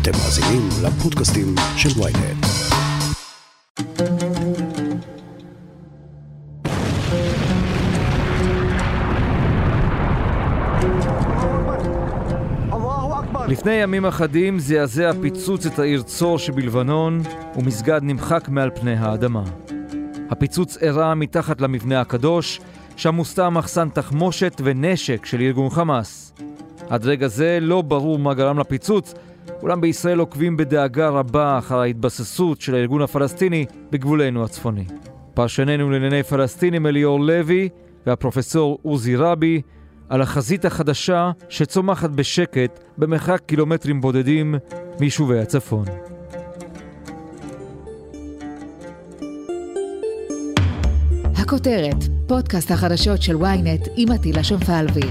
אתם מאזינים לפודקאסטים של ynet. לפני ימים אחדים זעזע פיצוץ את העיר צור שבלבנון, ומסגד נמחק מעל פני האדמה. הפיצוץ אירע מתחת למבנה הקדוש, שם מוסתר מחסן תחמושת ונשק של ארגון חמאס. עד רגע זה לא ברור מה גרם לפיצוץ, אולם בישראל עוקבים בדאגה רבה אחר ההתבססות של הארגון הפלסטיני בגבולנו הצפוני. פרשננו לענייני פלסטינים אליאור לוי והפרופסור עוזי רבי על החזית החדשה שצומחת בשקט במרחק קילומטרים בודדים מיישובי הצפון. הכותרת, פודקאסט החדשות של ynet עם עטילה שומפלבי.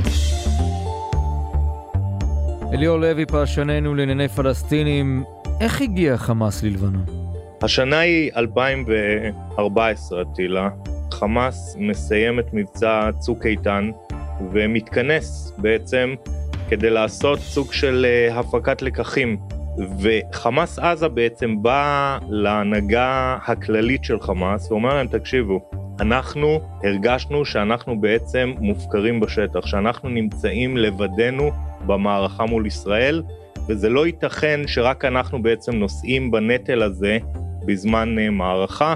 אליאור לוי, פרשננו לענייני פלסטינים, איך הגיע חמאס ללבנון? השנה היא 2014, עטילה. חמאס מסיים את מבצע צוק איתן ומתכנס בעצם כדי לעשות סוג של הפקת לקחים. וחמאס עזה בעצם בא להנהגה הכללית של חמאס ואומר להם, תקשיבו, אנחנו הרגשנו שאנחנו בעצם מופקרים בשטח, שאנחנו נמצאים לבדנו במערכה מול ישראל, וזה לא ייתכן שרק אנחנו בעצם נושאים בנטל הזה בזמן מערכה.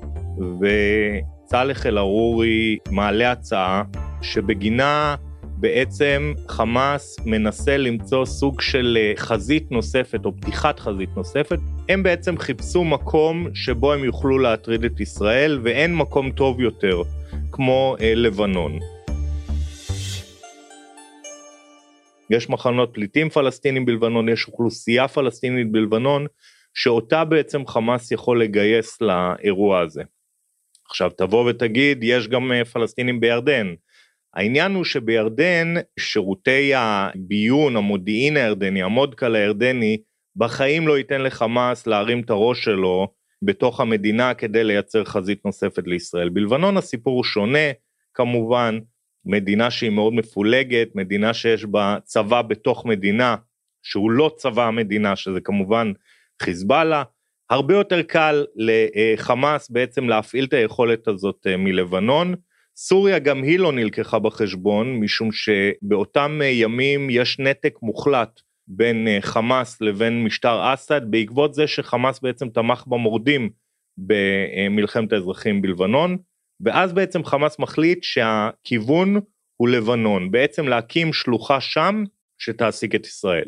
וצלח אל-ערורי מעלה הצעה שבגינה בעצם חמאס מנסה למצוא סוג של חזית נוספת או פתיחת חזית נוספת. הם בעצם חיפשו מקום שבו הם יוכלו להטריד את ישראל, ואין מקום טוב יותר כמו לבנון. יש מחנות פליטים פלסטינים בלבנון, יש אוכלוסייה פלסטינית בלבנון, שאותה בעצם חמאס יכול לגייס לאירוע הזה. עכשיו תבוא ותגיד, יש גם פלסטינים בירדן. העניין הוא שבירדן שירותי הביון, המודיעין הירדני, המודקל הירדני, בחיים לא ייתן לחמאס להרים את הראש שלו בתוך המדינה כדי לייצר חזית נוספת לישראל. בלבנון הסיפור הוא שונה, כמובן, מדינה שהיא מאוד מפולגת, מדינה שיש בה צבא בתוך מדינה, שהוא לא צבא המדינה, שזה כמובן חיזבאללה. הרבה יותר קל לחמאס בעצם להפעיל את היכולת הזאת מלבנון. סוריה גם היא לא נלקחה בחשבון, משום שבאותם ימים יש נתק מוחלט בין חמאס לבין משטר אסד, בעקבות זה שחמאס בעצם תמך במורדים במלחמת האזרחים בלבנון, ואז בעצם חמאס מחליט שהכיוון הוא לבנון, בעצם להקים שלוחה שם שתעסיק את ישראל.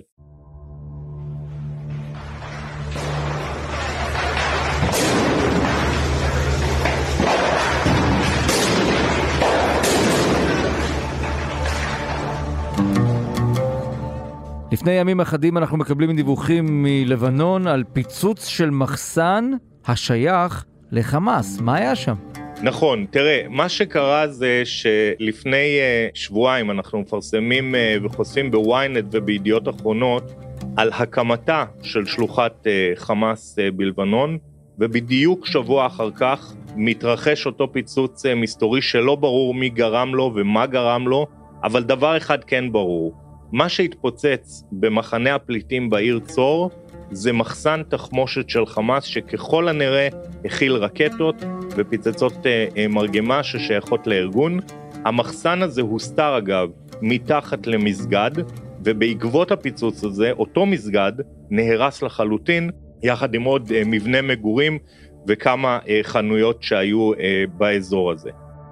לפני ימים אחדים אנחנו מקבלים דיווחים מלבנון על פיצוץ של מחסן השייך לחמאס. מה היה שם? נכון, תראה, מה שקרה זה שלפני שבועיים אנחנו מפרסמים וחושפים בוויינט ובידיעות אחרונות על הקמתה של שלוחת חמאס בלבנון, ובדיוק שבוע אחר כך מתרחש אותו פיצוץ מסתורי שלא ברור מי גרם לו ומה גרם לו, אבל דבר אחד כן ברור, מה שהתפוצץ במחנה הפליטים בעיר צור, זה מחסן תחמושת של חמאס שככל הנראה הכיל רקטות ופיצצות מרגמה ששייכות לארגון. המחסן הזה הוסתר אגב מתחת למסגד, ובעקבות הפיצוץ הזה אותו מסגד נהרס לחלוטין, יחד עם עוד מבנה מגורים וכמה חנויות שהיו באזור הזה.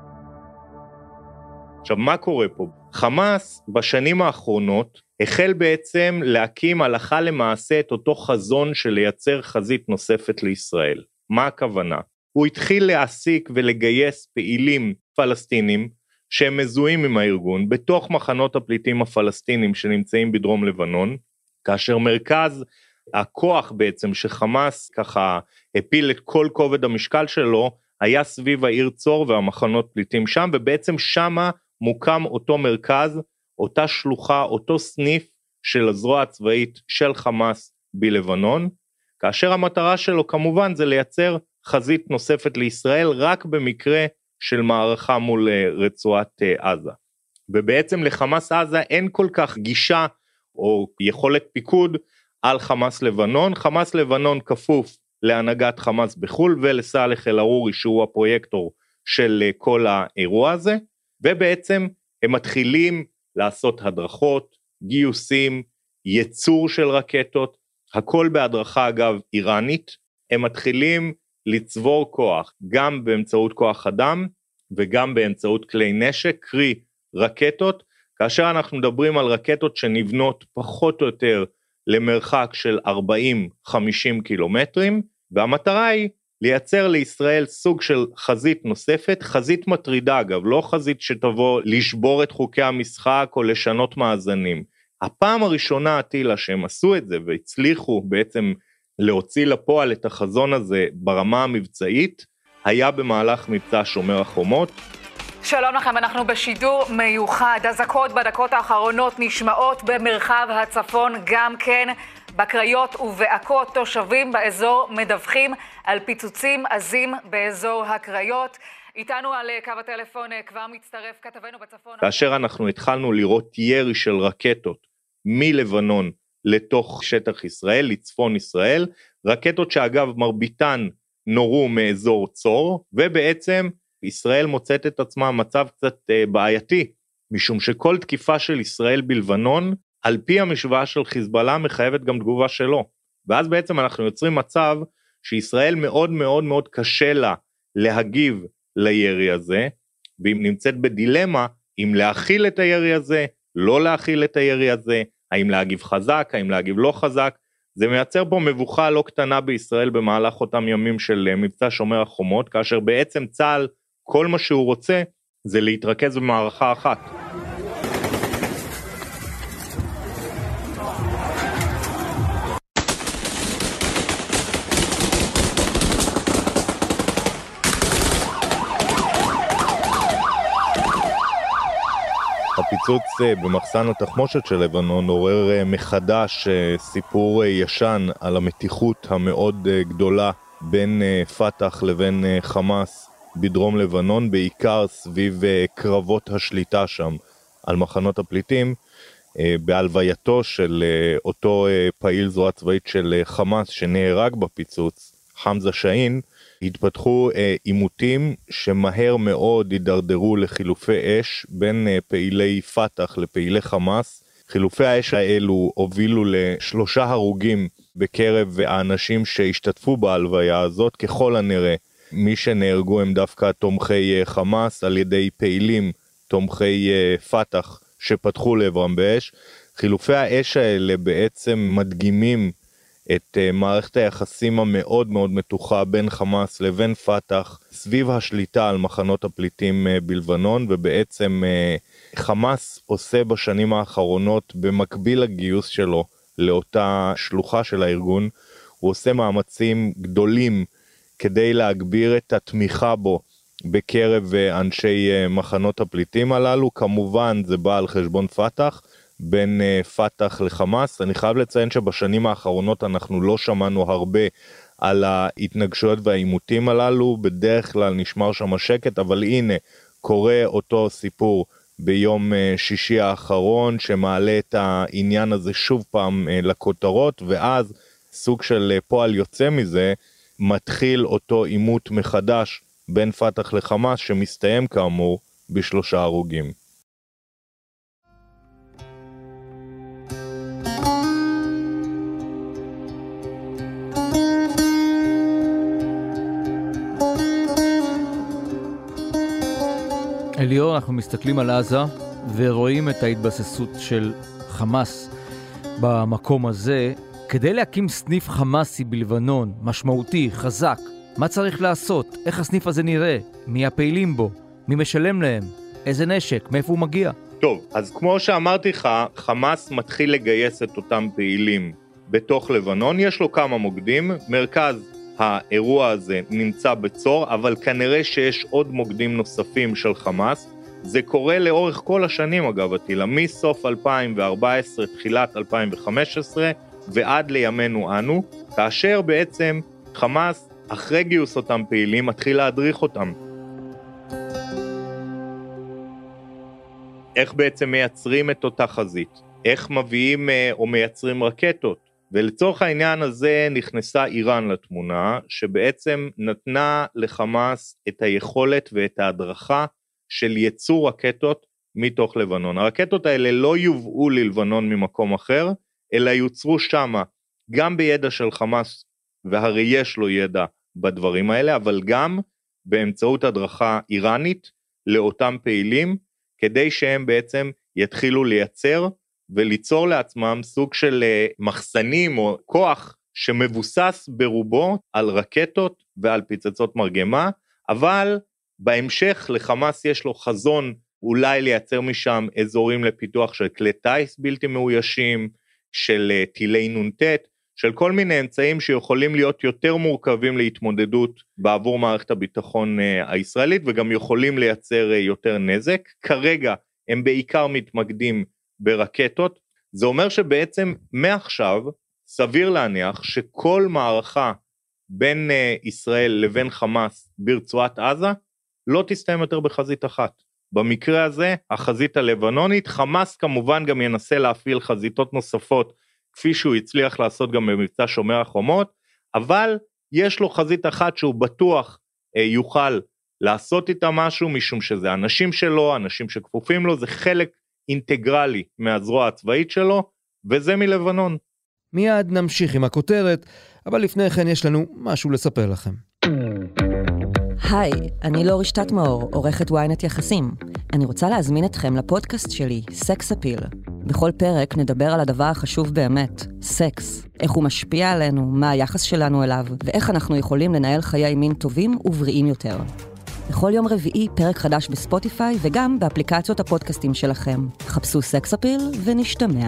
עכשיו מה קורה פה? חמאס בשנים האחרונות החל בעצם להקים הלכה למעשה את אותו חזון של לייצר חזית נוספת לישראל. מה הכוונה? הוא התחיל להעסיק ולגייס פעילים פלסטינים שהם מזוהים עם הארגון בתוך מחנות הפליטים הפלסטינים שנמצאים בדרום לבנון, כאשר מרכז הכוח בעצם שחמאס ככה הפיל את כל כובד המשקל שלו היה סביב העיר צור והמחנות פליטים שם, ובעצם שמה מוקם אותו מרכז, אותה שלוחה, אותו סניף של הזרוע הצבאית של חמאס בלבנון, כאשר המטרה שלו כמובן זה לייצר חזית נוספת לישראל רק במקרה של מערכה מול רצועת עזה. ובעצם לחמאס עזה אין כל כך גישה או יכולת פיקוד על חמאס לבנון. חמאס לבנון כפוף להנהגת חמאס בחול ולסאלח אל-ערורי שהוא הפרויקטור של כל האירוע הזה, ובעצם הם מתחילים לעשות הדרכות, גיוסים, ייצור של רקטות, הכל בהדרכה אגב איראנית. הם מתחילים לצבור כוח גם באמצעות כוח אדם וגם באמצעות כלי נשק, קרי רקטות, כאשר אנחנו מדברים על רקטות שנבנות פחות או יותר למרחק של 40-50 קילומטרים, והמטרה היא לייצר לישראל סוג של חזית נוספת, חזית מטרידה אגב, לא חזית שתבוא לשבור את חוקי המשחק או לשנות מאזנים. הפעם הראשונה עטילה שהם עשו את זה והצליחו בעצם להוציא לפועל את החזון הזה ברמה המבצעית, היה במהלך מבצע שומר החומות. שלום לכם, אנחנו בשידור מיוחד. אזעקות בדקות האחרונות נשמעות במרחב הצפון, גם כן בקריות ובעכות. תושבים באזור מדווחים על פיצוצים עזים באזור הקריות. איתנו על קו הטלפון כבר מצטרף כתבנו בצפון. כאשר אנחנו התחלנו לראות ירי של רקטות מלבנון לתוך שטח ישראל, לצפון ישראל, רקטות שאגב מרביתן נורו מאזור צור, ובעצם ישראל מוצאת את עצמה מצב קצת בעייתי, משום שכל תקיפה של ישראל בלבנון, על פי המשוואה של חיזבאללה, מחייבת גם תגובה שלו. ואז בעצם אנחנו יוצרים מצב שישראל מאוד מאוד מאוד קשה לה להגיב לירי הזה, והיא נמצאת בדילמה אם להכיל את הירי הזה, לא להכיל את הירי הזה, האם להגיב חזק, האם להגיב לא חזק. זה מייצר פה מבוכה לא קטנה בישראל במהלך אותם ימים של מבצע שומר החומות, כאשר בעצם צה"ל כל מה שהוא רוצה זה להתרכז במערכה אחת. הפיצוץ במחסן התחמושת של לבנון עורר מחדש סיפור ישן על המתיחות המאוד גדולה בין פתח לבין חמאס בדרום לבנון, בעיקר סביב קרבות השליטה שם על מחנות הפליטים. בהלווייתו של אותו פעיל זרוע צבאית של חמאס שנהרג בפיצוץ, חמזה שאין, התפתחו עימותים שמהר מאוד הידרדרו לחילופי אש בין פעילי פתח לפעילי חמאס. חילופי האש האלו הובילו ל3 הרוגים בקרב האנשים שהשתתפו בהלוויה הזאת. ככל הנראה מי שנהרגו הם דווקא תומכי חמאס על ידי פעילים תומכי פתח שפתחו לעברם באש. חילופי האש האלה בעצם מדגימים את מערכת היחסים המאוד מאוד מתוחה בין חמאס לבין פתח סביב השליטה על מחנות הפליטים בלבנון, ובעצם חמאס עושה בשנים האחרונות במקביל לגיוס שלו לאותה שלוחה של הארגון, הוא עושה מאמצים גדולים כדי להגביר את התמיכה בו בקרב אנשי מחנות הפליטים הללו. כמובן זה בא על חשבון פתח, בין פתח לחמאס. אני חייב לציין שבשנים האחרונות אנחנו לא שמענו הרבה על ההתנגשויות והעימותים הללו, בדרך כלל נשמר שם השקט, אבל הנה קורה אותו סיפור ביום שישי האחרון שמעלה את העניין הזה שוב פעם לכותרות, ואז סוג של פועל יוצא מזה מתחיל אותו עימות מחדש בין פתח לחמאס שמסתיים כאמור ב3 הרוגים. אליאור, אנחנו מסתכלים על עזה ורואים את ההתבססות של חמאס במקום הזה. כדי להקים סניף חמאסי בלבנון, משמעותי, חזק, מה צריך לעשות? איך הסניף הזה נראה? מי הפעילים בו? מי משלם להם? איזה נשק? מאיפה הוא מגיע? טוב, אז כמו שאמרתי לך, חמאס מתחיל לגייס את אותם פעילים בתוך לבנון. יש לו כמה מוקדים, מרכז האירוע הזה נמצא בצור, אבל כנראה שיש עוד מוקדים נוספים של חמאס. זה קורה לאורך כל השנים אגב, עטילה, מסוף 2014, תחילת 2015, ועד לימינו אנו, כאשר בעצם חמאס, אחרי גיוס אותם פעילים, מתחיל להדריך אותם. איך בעצם מייצרים את אותה חזית? איך מביאים או מייצרים רקטות? ולצורך העניין הזה נכנסה איראן לתמונה, שבעצם נתנה לחמאס את היכולת ואת ההדרכה של ייצור רקטות מתוך לבנון. הרקטות האלה לא יובאו ללבנון ממקום אחר, אלא יוצרו שמה, גם בידע של חמאס, והרי יש לו ידע בדברים האלה, אבל גם באמצעות הדרכה איראנית לאותם פעילים, כדי שהם בעצם יתחילו לייצר וליצור לעצמם סוג של מחסנים או כוח שמבוסס ברובו על רקטות ועל פצצות מרגמה, אבל בהמשך לחמאס יש לו חזון אולי לייצר משם אזורים לפיתוח של כלי טייס בלתי מאוישים, של טילי נונטט, של כל מיני אמצעים שיכולים להיות יותר מורכבים להתמודדות בעבור מערכת הביטחון הישראלית, וגם יכולים לייצר יותר נזק. כרגע הם בעיקר מתמקדים ברקטות, זה אומר שבעצם מעכשיו סביר להניח שכל מערכה בין ישראל לבין חמאס ברצועת עזה לא תסתיים יותר בחזית אחת. במקרה הזה החזית הלבנונית, חמאס כמובן גם ינסה להפעיל חזיתות נוספות, כפי שהוא הצליח לעשות גם במבצע שומר החומות, אבל יש לו חזית אחת שהוא בטוח יוכל לעשות איתה משהו, משום שזה אנשים שלו, אנשים שכפופים לו, זה חלק אינטגרלי מהזרוע הצבאית שלו, וזה מלבנון. מיד נמשיך עם הכותרת, אבל לפני כן יש לנו משהו לספר לכם. היי, אני לא רשתת מאור, עורכת ynet יחסים. אני רוצה להזמין אתכם לפודקאסט שלי, סקס אפיל. בכל פרק נדבר על הדבר החשוב באמת, סקס. איך הוא משפיע עלינו, מה היחס שלנו אליו, ואיך אנחנו יכולים לנהל חיי מין טובים ובריאים יותר. בכל יום רביעי פרק חדש בספוטיפיי וגם באפליקציות הפודקאסטים שלכם. חפשו סקס אפיל ונשתמע.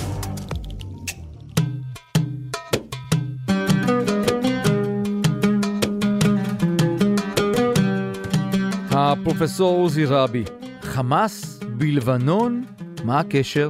הפרופסור עוזי רבי, חמאס בלבנון, מה הקשר?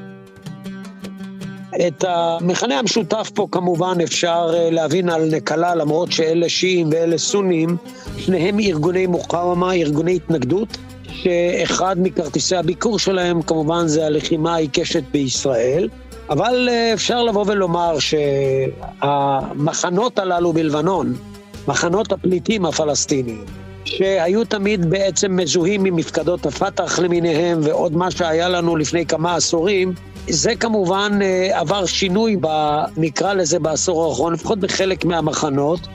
את המכנה המשותף פה כמובן אפשר להבין על נקלה, למרות שאלה שיעים ואלה סונים, שניהם ארגוני מוקאוומה, ארגוני התנגדות, שאחד מכרטיסי הביקור שלהם כמובן זה הלחימה העיקשת בישראל, אבל אפשר לבוא ולומר שהמחנות הללו בלבנון, מחנות הפליטים הפלסטיניים, שהיו תמיד בעצם מזוהים ממפקדות הפתח למיניהם, ועוד מה שהיה לנו לפני כמה עשורים, זה כמובן עבר שינוי, נקרא לזה בעשור האחרון, לפחות בחלק מהמחנות.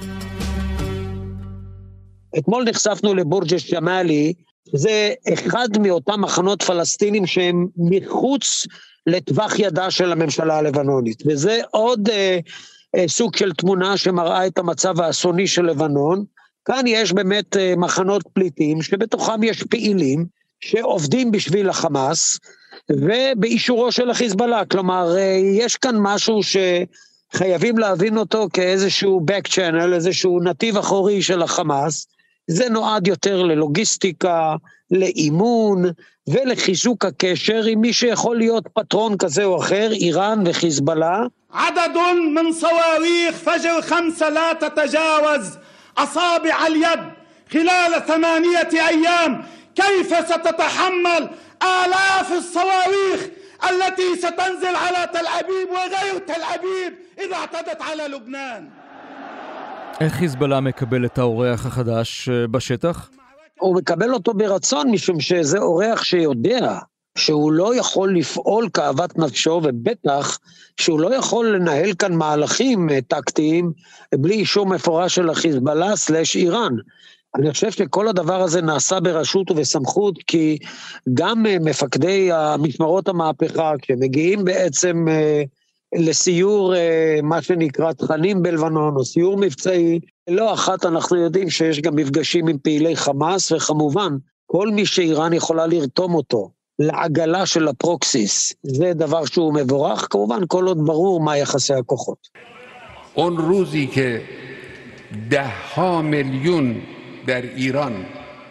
אתמול נחשפנו לבורג' שמאלי, זה אחד מאותם מחנות פלסטינים שהם מחוץ לטווח ידה של הממשלה הלבנונית, וזה עוד סוג של תמונה שמראה את המצב האסוני של לבנון. כאן יש באמת מחנות פליטים, שבתוכם יש פעילים שעובדים בשביל החמאס, ובאישורו של החיזבאללה, כלומר, יש כאן משהו שחייבים להבין אותו כאיזשהו back channel, איזשהו נתיב אחורי של החמאס, זה נועד יותר ללוגיסטיקה, לאימון, ולחיזוק הקשר עם מי שיכול להיות פטרון כזה או אחר, איראן וחיזבאללה. עדד מן סוואריך פג'ר 5 لا تتجاوز أصابع اليد خلال 8 أيام كيف ستتحمل آلاف الصواريخ التي ستنزل على تل أبيب وغير تل أبيب إذا اعتدت على لبنان. איך חיזבאללה מקבל את האורח החדש בשטח? הוא מקבל אותו ברצון, משום שזה אורח שיודע שהוא לא יכול לפעול כאוות נפשו, ובטח שהוא לא יכול לנהל כאן מהלכים טקטיים בלי אישור מפורש של החיזבאללה / איראן. אני חושב שכל הדבר הזה נעשה ברשות ובסמכות, כי גם מפקדי המשמרות המהפכה, כשמגיעים בעצם לסיור מה שנקרא תכנים בלבנון, או סיור מבצעי, לא אחת אנחנו יודעים שיש גם מפגשים עם פעילי חמאס, וכמובן כל מי שאיראן יכולה לרתום אותו לעגלה של הפרוקסיס, זה דבר שהוא מבורך, כמובן כל עוד ברור מה יחסי הכוחות. اون روزی که 10 میلیون در ایران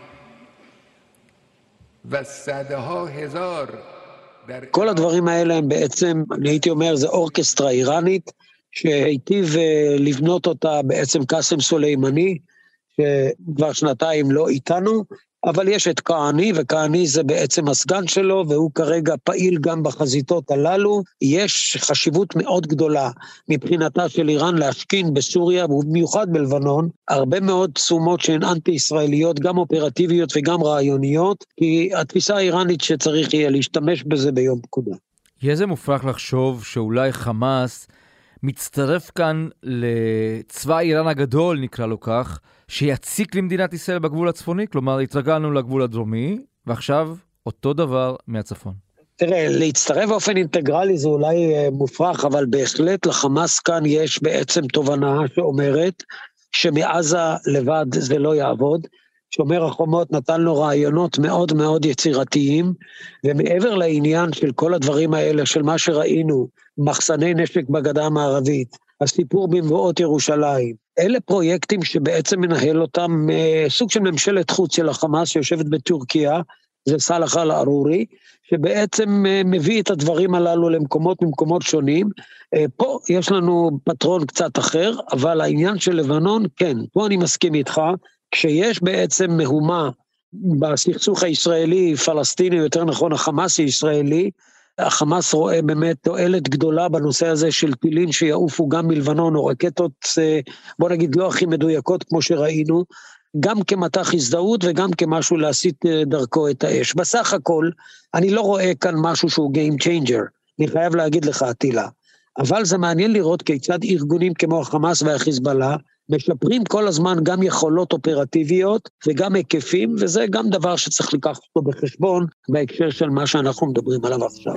و صدها هزار در כל הדברים האלה הם בעצם, אני הייתי אומר, זה אורקסטרה איראנית, שהיטיב לבנות אותה בעצם קאסם סולימני, שכבר שנתיים לא איתנו, אבל יש את כהני, וכהני זה בעצם הסגן שלו, והוא כרגע פעיל גם בחזיתות הללו. יש חשיבות מאוד גדולה מבחינתה של איראן להשכין בסוריה, ובמיוחד בלבנון, הרבה מאוד תשומות שהן אנטי-ישראליות, גם אופרטיביות וגם רעיוניות, כי התפיסה האיראנית שצריך יהיה להשתמש בזה ביום פקודה. יהיה זה מופרך לחשוב שאולי חמאס מצטרף כאן לצבא איראן הגדול, נקרא לו כך, שיציק למדינת ישראל בגבול הצפוני, כלומר התרגלנו לגבול הדרומי, ועכשיו אותו דבר מהצפון. תראה, להצטרף באופן אינטגרלי זה אולי מופרך, אבל בהחלט לחמאס כאן יש בעצם תובנה שאומרת שמעזה לבד זה לא יעבוד. שומר החומות נתן לו רעיונות מאוד מאוד יצירתיים, ומעבר לעניין של כל הדברים האלה, של מה שראינו, מחסני נשק בגדה המערבית, הסיפור במבואות ירושלים, אלה פרויקטים שבעצם מנהל אותם סוג של ממשלת חוץ של החמאס שיושבת בטורקיה, זה סלאח אל-ערורי, שבעצם מביא את הדברים הללו למקומות שונים. פה יש לנו פטרון קצת אחר, אבל העניין של לבנון, כן, פה אני מסכים איתך, כשיש בעצם מהומה בסכסוך הישראלי, פלסטיני, יותר נכון החמאס הישראלי, החמאס רואה באמת תועלת גדולה בנושא הזה של טילים שיעופו גם מלבנון, או רקטות, בוא נגיד לא הכי מדויקות כמו שראינו, גם כמתח הזדהות וגם כמשהו להסיט דרכו את האש. בסך הכל, אני לא רואה כאן משהו שהוא game changer, אני חייב להגיד לך עטילה, אבל זה מעניין לראות כיצד ארגונים כמו החמאס והחיזבאללה, משפרים כל הזמן גם יכולות אופרטיביות וגם היקפים, וזה גם דבר שצריך לקחת אותו בחשבון בהקשר של מה שאנחנו מדברים עליו עכשיו.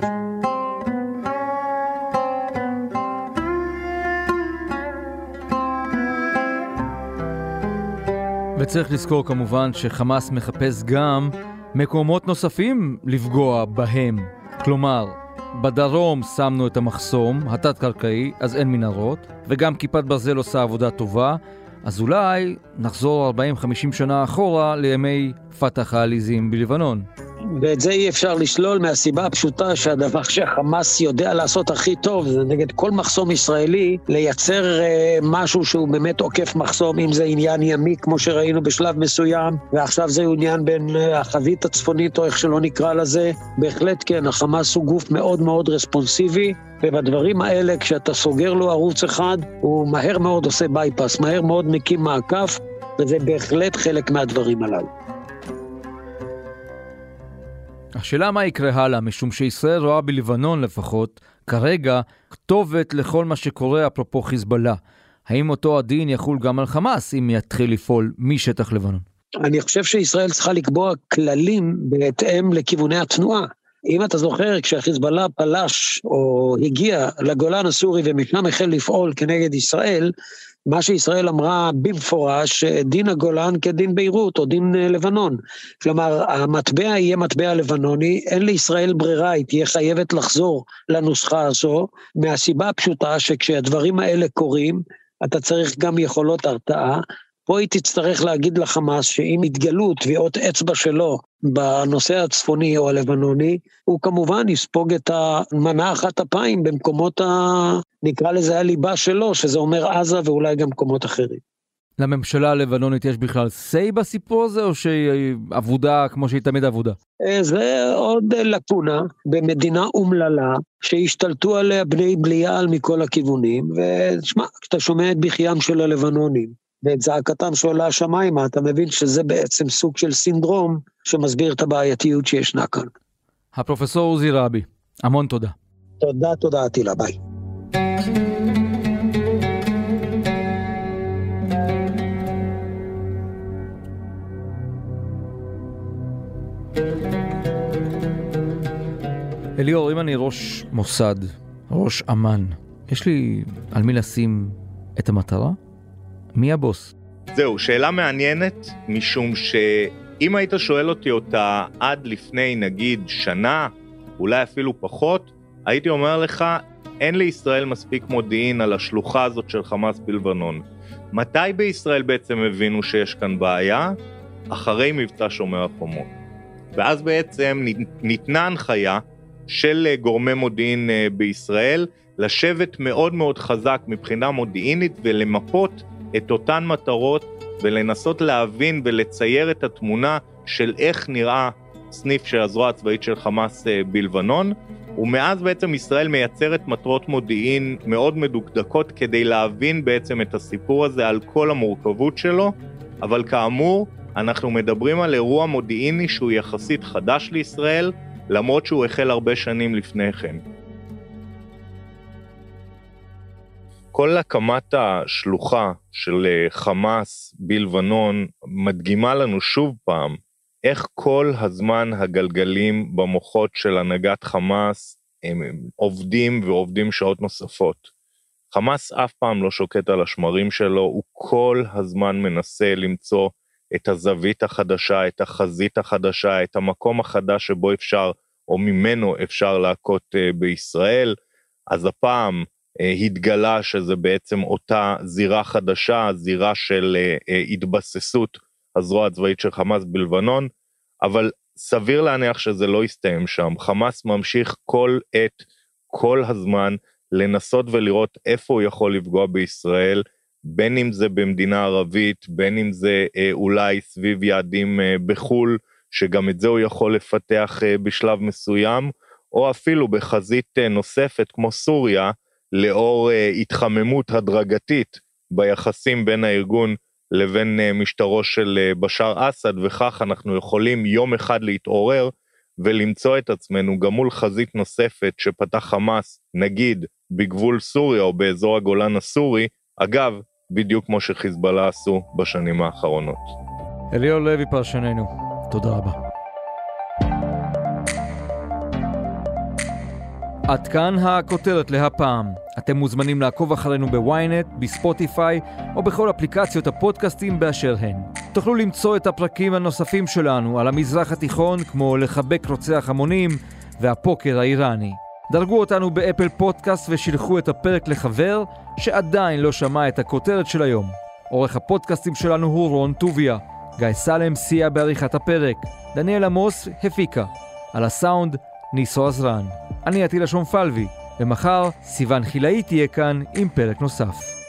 וצריך לזכור כמובן שחמאס מחפש גם מקומות נוספים לפגוע בהם. כלומר, בדרום שמנו את המחסום, התת-קרקעי, אז אין מנהרות, וגם כיפת ברזל עושה עבודה טובה, אז אולי נחזור 40-50 שנה אחורה לימי פתח העליזים בלבנון. ואת זה אי אפשר לשלול מהסיבה הפשוטה שהדבר שהחמאס יודע לעשות הכי טוב, זה נגד כל מחסום ישראלי, לייצר משהו שהוא באמת עוקף מחסום, אם זה עניין ימי כמו שראינו בשלב מסוים, ועכשיו זה עניין בין החזית הצפונית או איך שלא נקרא לזה, בהחלט כן, החמאס הוא גוף מאוד מאוד רספונסיבי, ובדברים האלה כשאתה סוגר לו ערוץ אחד, הוא מהר מאוד עושה בייפס, מהר מאוד מקים מעקף, וזה בהחלט חלק מהדברים הללו. השאלה מה יקרה הלאה, משום שישראל רואה בלבנון לפחות, כרגע, כתובת לכל מה שקורה אפרופו חיזבאללה. האם אותו הדין יחול גם על חמאס אם יתחיל לפעול משטח לבנון? אני חושב שישראל צריכה לקבוע כללים בהתאם לכיווני התנועה. אם אתה זוכר, כשהחיזבאללה פלש או הגיע לגולן הסורי ומשם החל לפעול כנגד ישראל, מה שישראל אמרה במפורש, דין הגולן כדין ביירות או דין לבנון. כלומר, המטבע יהיה מטבע לבנוני, אין לישראל ברירה, היא תהיה חייבת לחזור לנוסחה הזו, מהסיבה הפשוטה שכשהדברים האלה קורים, אתה צריך גם יכולות הרתעה, פה היא תצטרך להגיד לחמאס שאם יתגלו טביעות אצבע שלו בנושא הצפוני או הלבנוני, הוא כמובן יספוג את המנה אחת אפיים במקומות נקרא לזה הליבה שלו, שזה אומר עזה ואולי גם מקומות אחרים. לממשלה הלבנונית יש בכלל סי בסיפור הזה, או שהיא עבודה כמו שהיא תמיד עבודה? זה עוד לקונה במדינה אומללה, שהשתלטו עליה בני בליעל מכל הכיוונים, ושמע, כשאתה שומע את בכיים של הלבנונים, ואת זעקתם שעולה השמיימה, אתה מבין שזה בעצם סוג של סינדרום שמסביר את הבעייתיות שישנה כאן. הפרופסור עוזי רבי, המון תודה. תודה, עטילה, ביי. אליאור, אם אני ראש מוסד, ראש אמן, יש לי על מי לשים את המטרה? מי הבוס? זהו, שאלה מעניינת, משום שאם היית שואל אותי אותה עד לפני נגיד שנה, אולי אפילו פחות, הייתי אומר לך, אין לישראל מספיק מודיעין על השלוחה הזאת של חמאס בלבנון. מתי בישראל בעצם הבינו שיש כאן בעיה? אחרי מבצע שומר החומות. ואז בעצם ניתנה הנחיה של גורמי מודיעין בישראל, לשבת מאוד מאוד חזק מבחינה מודיעינית ולמפות את אותן מטרות ולנסות להבין ולצייר את התמונה של איך נראה סניף של הזרוע הצבאית של חמאס בלבנון, ומאז בעצם ישראל מייצרת מטרות מודיעין מאוד מדוקדקות כדי להבין בעצם את הסיפור הזה על כל המורכבות שלו, אבל כאמור, אנחנו מדברים על אירוע מודיעיני שהוא יחסית חדש לישראל, למרות שהוא החל הרבה שנים לפני כן. כל הקמת השלוחה של חמאס בלבנון מדגימה לנו שוב פעם איך כל הזמן הגלגלים במוחות של הנהגת חמאס הם עובדים ועובדים שעות נוספות. חמאס אף פעם לא שוקט על השמרים שלו, הוא כל הזמן מנסה למצוא את הזווית החדשה, את החזית החדשה, את המקום החדש שבו אפשר או ממנו אפשר להכות בישראל. אז הפעם התגלה שזה בעצם אותה זירה חדשה, זירה של התבססות הזרוע הצבאית של חמאס בלבנון, אבל סביר להניח שזה לא יסתיים שם. חמאס ממשיך כל הזמן לנסות ולראות איפה הוא יכול לפגוע בישראל, בין אם זה במדינה ערבית, בין אם זה אולי סביב יעדים בחול, שגם את זה הוא יכול לפתח בשלב מסוים, או אפילו בחזית נוספת כמו סוריה, לאור התחממות הדרגתית ביחסים בין הארגון לבין משטרו של בשאר אסד, וכך אנחנו יכולים יום אחד להתעורר ולמצוא את עצמנו גם מול חזית נוספת שפתח חמאס, נגיד בגבול סוריה או באזור הגולן הסורי, אגב, בדיוק כמו שחיזבאללה עשו בשנים האחרונות. אליאור לוי פרשננו, תודה רבה. עד כאן הכותרת להפעם. אתם מוזמנים לעקוב אחרינו בוויינט, בספוטיפיי או בכל אפליקציות הפודקאסטים באשר הן. תוכלו למצוא את הפרקים הנוספים שלנו על המזרח התיכון כמו לחבק רוצח המונים והפוקר האיראני. דרגו אותנו באפל פודקאסט ושילחו את הפרק לחבר שעדיין לא שמע את הכותרת של היום. עורך הפודקאסטים שלנו הוא רון טוביה. גיא סלם סייע בעריכת הפרק. דניאל עמוס הפיקה. על הסאונד ניסו עזרן. אני עטילה שומפלבי, ומחר סיוון חילאי תהיה כאן עם פרק נוסף.